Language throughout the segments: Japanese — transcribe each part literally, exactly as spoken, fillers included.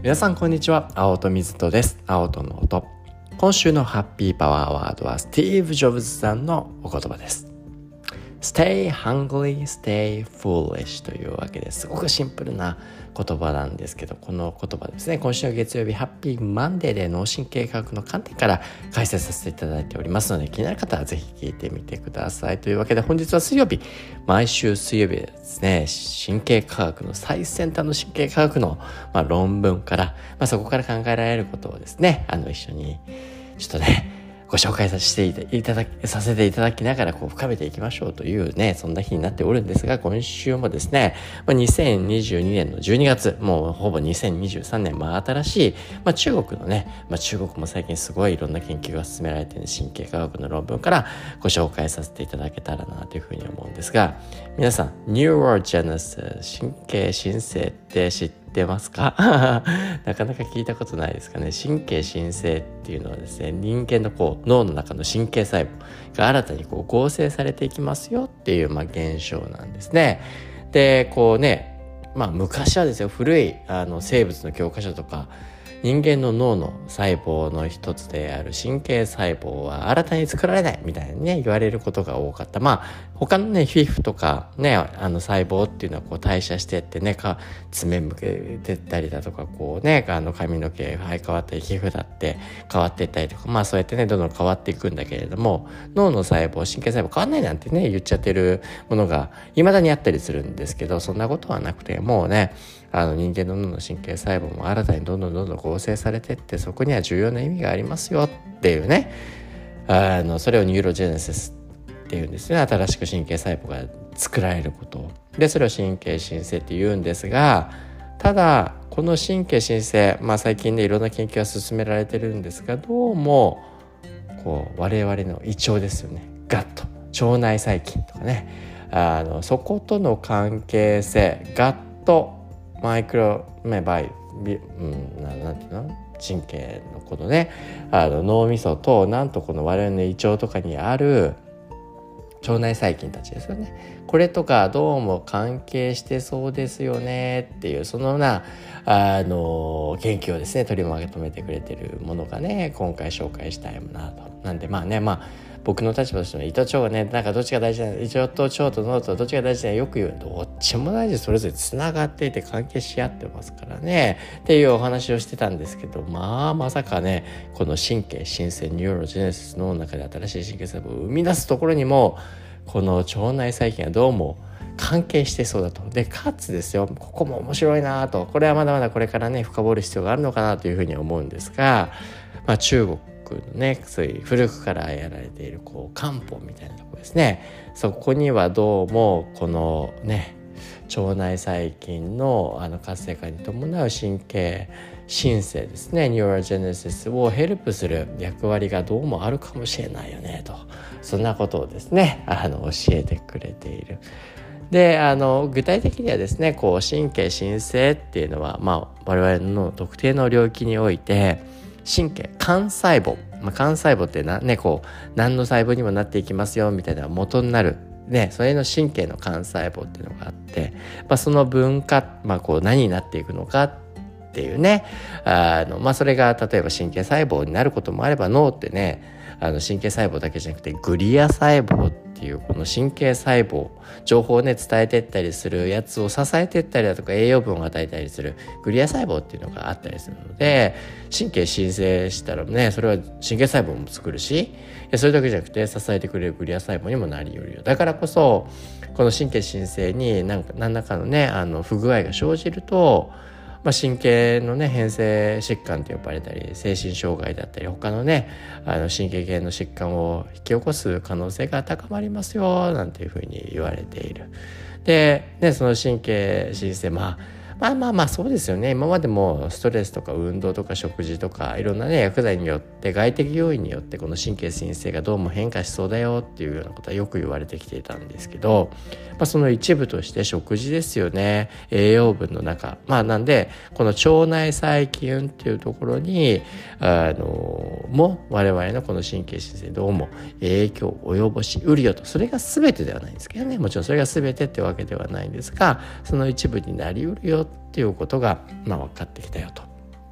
皆さんこんにちは。青戸水戸です。青戸の音。今週のハッピーパワーワードはスティーブ・ジョブズさんのお言葉です。Stay hungry, stay foolish というわけですごくシンプルな言葉なんですけど、この言葉ですね、今週の月曜日ハッピーマンデーで脳神経科学の観点から解説させていただいておりますので、気になる方はぜひ聞いてみてください。というわけで本日は水曜日、毎週水曜日ですね、神経科学の最先端の神経科学の、まあ、論文から、まあ、そこから考えられることをですね、あの一緒にちょっとねご紹介させていただき、させていただきながらこう深めていきましょうというね、そんな日になっておるんですが、今週もですね、まあ、にせんにじゅうにねんのじゅうにがつ、もうほぼにせんにじゅうさんねん、まあ新しい、まあ、中国のね、まあ、中国も最近すごいいろんな研究が進められている神経科学の論文からご紹介させていただけたらなというふうに思うんですが、皆さん、Neurogenesis 神経新生って知って知ってますかなかなか聞いたことないですかね。神経新生っていうのはですね、人間のこう脳の中の神経細胞が新たにこう合成されていきますよっていう、まあ、現象なんですね。でこうね、まあ昔はですよ、古いあの生物の教科書とか、人間の脳の細胞の一つである神経細胞は新たに作られないみたいにね言われることが多かった。まあ他のね皮膚とかねあの細胞っていうのはこう代謝してってね、か爪向けてったりだとか、こうねあの髪の毛生え変わったり、皮膚だって変わっていったりとか、まあそうやってねどんどん変わっていくんだけれども、脳の細胞、神経細胞変わんないなんてね言っちゃってるものが未だにあったりするんですけど、そんなことはなくて、もうねあの人間の脳の神経細胞も新たにどんどんどんどん合成されてって、そこには重要な意味がありますよっていうね、あのそれをニューロジェネシスっていうんですね。新しく神経細胞が作られることで、それを神経新生って言うんですが、ただこの神経新生、まあ最近ねいろんな研究が進められてるんですが、どうもこう我々の胃腸ですよね、ガット、腸内細菌とかね、あのそことの関係性、ガットマイクロメバイ、うん、な, なんていうの神経のこのねあの脳みそと、なんとこの我々の胃腸とかにある腸内細菌たちですよね、これとかどうも関係してそうですよねっていう、そのようなあの研究をですね取りまとめてくれてるものがね、今回紹介したいなと。なんでまあね、まあ僕の立場としても胃と腸がね、なんかどっちが大事なの、胃腸と腸と脳とどっちが大事なのよく言う、どっちも大事、それぞれつながっていて関係し合ってますからねっていうお話をしてたんですけど、まあまさかねこの神経新生ニューロジェネシスの中で新しい神経細胞を生み出すところにもこの腸内細菌がどうも関係してそうだと。でかつですよ、ここも面白いなと、これはまだまだこれからね深掘る必要があるのかなというふうに思うんですが、まあ、中国のねそういう古くからやられているこう漢方みたいなところですね、そこにはどうもこのね腸内細菌のあの活性化に伴う神経新生ですね、ニューロジェネシスをヘルプする役割がどうもあるかもしれないよねと、そんなことをですねあの教えてくれている。であの具体的にはですね、こう神経新生っていうのは、まあ、我々の特定の領域において神経幹細胞、まあ、幹細胞ってな、ね、こう何の細胞にもなっていきますよみたいな元になるね、それの神経の幹細胞っていうのがあって、まあ、その分化、まあ、こう何になっていくのかっていうね、あの、まあ、それが例えば神経細胞になることもあれば、脳ってねあの神経細胞だけじゃなくてグリア細胞っていうこの神経細胞、情報をね伝えていったりするやつを支えていったりだとか栄養分を与えたりするグリア細胞っていうのがあったりするので、神経新生したらねそれは神経細胞も作るし、それだけじゃなくて支えてくれるグリア細胞にもなり得るよ。だからこそこの神経新生に何か何らかのねあの不具合が生じると、まあ、神経のね変性疾患と呼ばれたり、精神障害だったり他のねあの神経系の疾患を引き起こす可能性が高まりますよなんていうふうに言われている。で、ね、その神経新生、まあまあまあまあそうですよね。今までもストレスとか運動とか食事とかいろんなね薬剤によって外的要因によってこの神経新生がどうも変化しそうだよっていうようなことはよく言われてきていたんですけど、まあ、その一部として食事ですよね。栄養分の中、まあなんでこの腸内細菌っていうところにあのも我々のこの神経新生どうも影響を及ぼしうるよと。それが全てではないんですけどね、もちろんそれが全てってわけではないんですが、その一部になりうるよっていうことが、まあ、分かってきたよと。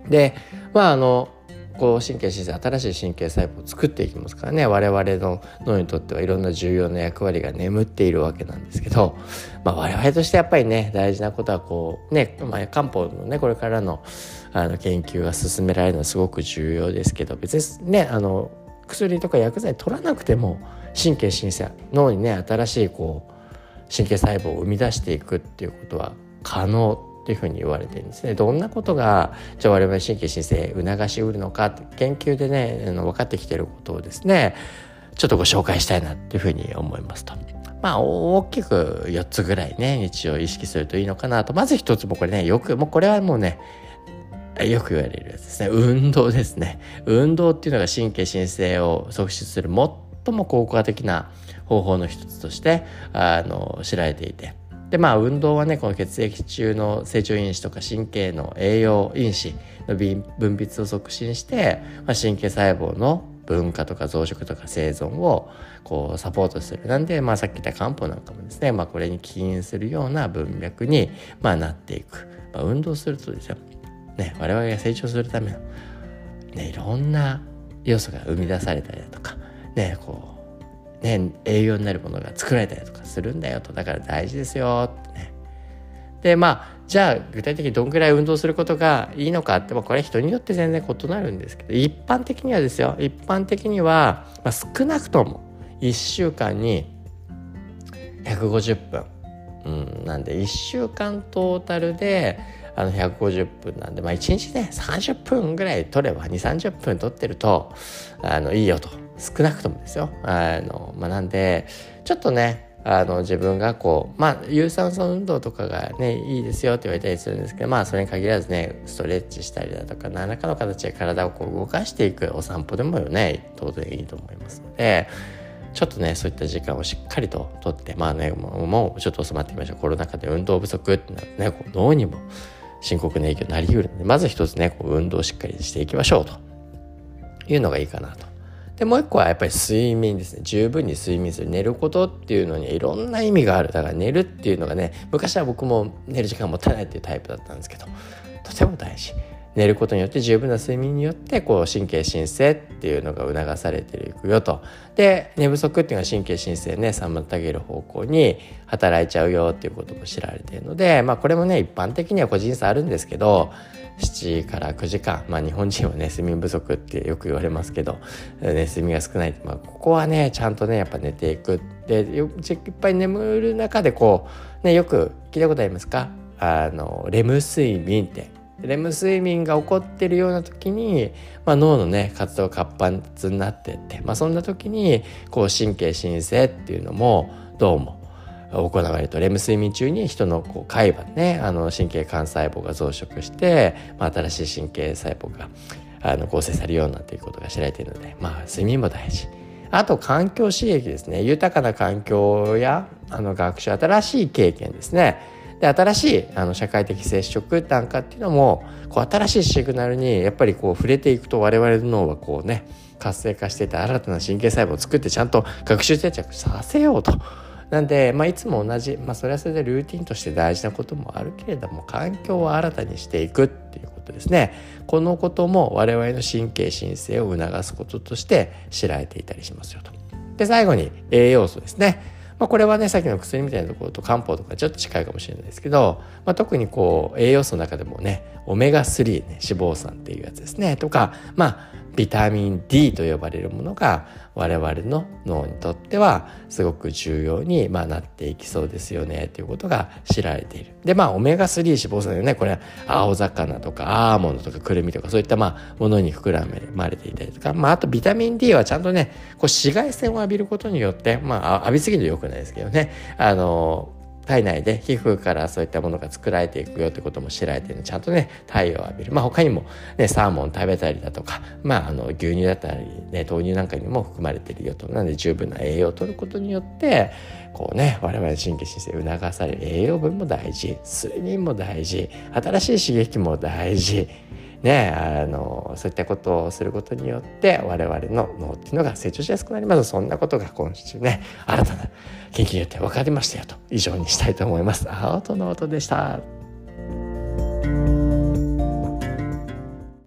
でまああのこう神経新生新しい神経細胞を作っていきますからね、我々の脳にとってはいろんな重要な役割が眠っているわけなんですけど、まあ、我々としてやっぱりね大事なことはこうね、まあ、漢方のねこれからのあの研究が進められるのはすごく重要ですけど、別にねあの薬とか薬剤取らなくても神経新生脳にね新しいこう神経細胞を生み出していくっていうことは可能っていうふうに言われてるんですね。どんなことがじゃあ我々神経新生促しうるのかって研究でねあの分かってきていることをですねちょっとご紹介したいなっていうふうに思いますと、まあ大きくよっつぐらいね日常意識するといいのかなと。まず一つもこれねよくもうこれはもうねよく言われるやつですね。運動ですね。運動っていうのが神経新生を促進する最も効果的な方法の一つとしてあの知られていて、でまあ運動はねこの血液中の成長因子とか神経の栄養因子の分泌を促進して、まあ、神経細胞の分化とか増殖とか生存をこうサポートする。なんで、まあ、さっき言った漢方なんかもですね、まあ、これに起因するような文脈に、まあ、なっていく、まあ、運動するとですよ、ね、我々が成長するための、ね、いろんな要素が生み出されたりだとか、ね、こうね、栄養になるものが作られたりとかするんだよと。だから大事ですよってね。でまあじゃあ具体的にどんぐらい運動することがいいのかって、まあ、これ人によって全然異なるんですけど、一般的にはですよ一般的には、まあ、少なくともいっしゅうかんにひゃくごじゅっぷん、うん、なんでいっしゅうかんトータルであのひゃくごじゅっぷんなんで、まあ、いちにちねさんじゅっぷんぐらい取ればにじゅう、さんじゅっぷん取ってるとあのいいよと。少なくともですよ。あの、まあ、なんでちょっとねあの自分がこうまあ有酸素運動とかがねいいですよって言われたりするんですけど、まあそれに限らずねストレッチしたりだとか何らかの形で体をこう動かしていくお散歩でもね当然いいと思いますので、ちょっとねそういった時間をしっかりととって、まあねもう、もうちょっと収まってみましょう。コロナ禍で運動不足ってなってねこう脳にも深刻な影響になりうるので、まず一つねこう運動をしっかりしていきましょうというのがいいかなと。でもう一個はやっぱり睡眠ですね。十分に睡眠する。寝ることっていうのにいろんな意味がある。だから寝るっていうのがね、昔は僕も寝る時間もったいないっていうタイプだったんですけど、とても大事。寝ることによって十分な睡眠によってこう神経新生っていうのが促されていくよと。で寝不足っていうのは神経新生ね妨げる方向に働いちゃうよっていうことも知られているので、まあこれもね一般的には個人差あるんですけど、しちからくじかん、まあ日本人はね睡眠不足ってよく言われますけど、ね、睡眠が少ない、まあ、ここはねちゃんとねやっぱ寝ていく。でよいっぱい眠る中でこうねよく聞いたことありますか？あのレム睡眠って。レム睡眠が起こっているような時に、まあ、脳のね活動が活発になっていって、まあ、そんな時にこう神経新生っていうのもどうも行われると。レム睡眠中に人のこう海馬ねあの神経幹細胞が増殖して、まあ、新しい神経細胞があの合成されるようになっていくことが知られているので、まあ睡眠も大事。あと環境刺激ですね。豊かな環境やあの学習、新しい経験ですね。で新しいあの社会的接触なんかっていうのもこう新しいシグナルにやっぱりこう触れていくと、我々の脳はこうね活性化していて新たな神経細胞を作ってちゃんと学習定着させようと。なんで、まあ、いつも同じ、まあ、それはそれでルーティンとして大事なこともあるけれども、環境を新たにしていくっていうことですね。このことも我々の神経新生を促すこととして知られていたりしますよと。で最後に栄養素ですね。まあ、これはねさっきの薬みたいなところと漢方とかちょっと近いかもしれないですけど、まあ、特にこう栄養素の中でもねオメガスリー、ね、脂肪酸っていうやつですねとか、まあビタミン ディー と呼ばれるものが我々の脳にとってはすごく重要に、まあ、なっていきそうですよねということが知られている。でまあオメガスリー脂肪酸でねこれは青魚とかアーモンドとかくるみとかそういったまあものに含まれていたりとか、まあ、あとビタミン ディー はちゃんとねこう紫外線を浴びることによって、まあ浴びすぎると良くないですけどね、あの体内で皮膚からそういったものが作られていくよってことも知られているので、ちゃんとね太陽を浴びる。まあ他にもねサーモン食べたりだとか、まああの牛乳だったりね豆乳なんかにも含まれているよと。なので十分な栄養を取ることによってこうね我々の神経新生促される。栄養分も大事、睡眠も大事、新しい刺激も大事ね、あのそういったことをすることによって我々の脳っていうのが成長しやすくなります。そんなことが今週ね新たな研究によって分かりましたよと。以上にしたいと思います。青とノートでした。